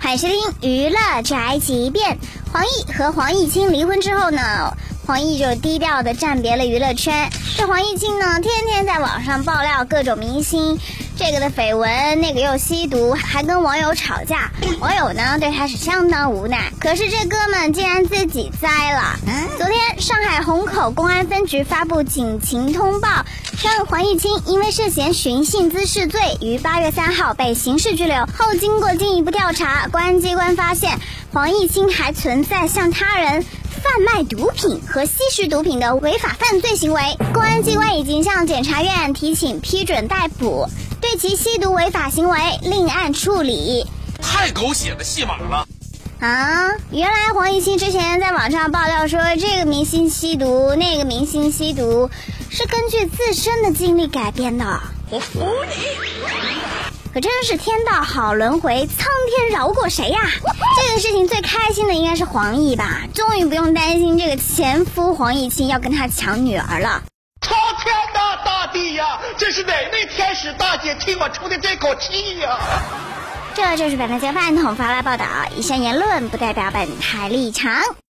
欢迎收听娱乐宅急便。黄奕和黄毅清离婚之后呢，黄奕就低调的暂别了娱乐圈。这黄毅清呢，天天在网上爆料各种明星这个的绯闻，那个又吸毒，还跟网友吵架。网友呢对他是相当无奈，可是这哥们竟然自己栽了。昨天上海虹口公安分局发布警情通报，称黄毅清因为涉嫌寻衅滋事罪，于8月3号被刑事拘留。后经过进一步调查，公安机关发现黄毅清还存在向他人贩卖毒品和吸食毒品的违法犯罪行为。公安机关已经向检察院提请批准逮捕，对其吸毒违法行为另案处理。 太狗血的戏码了原来黄毅清之前在网上爆料说这个明星吸毒，那个明星吸毒，是根据自身的经历改编的。 我服你！ 可真是天道好轮回，苍天饶过谁呀？这个事情最开心的应该是黄奕吧，终于不用担心这个前夫黄毅清要跟他抢女儿了。 苍天呐，大地呀，这是哪位天使大姐替我出的这口气呀？ 这就是本台饭桶发来报道，以上言论不代表本台立场。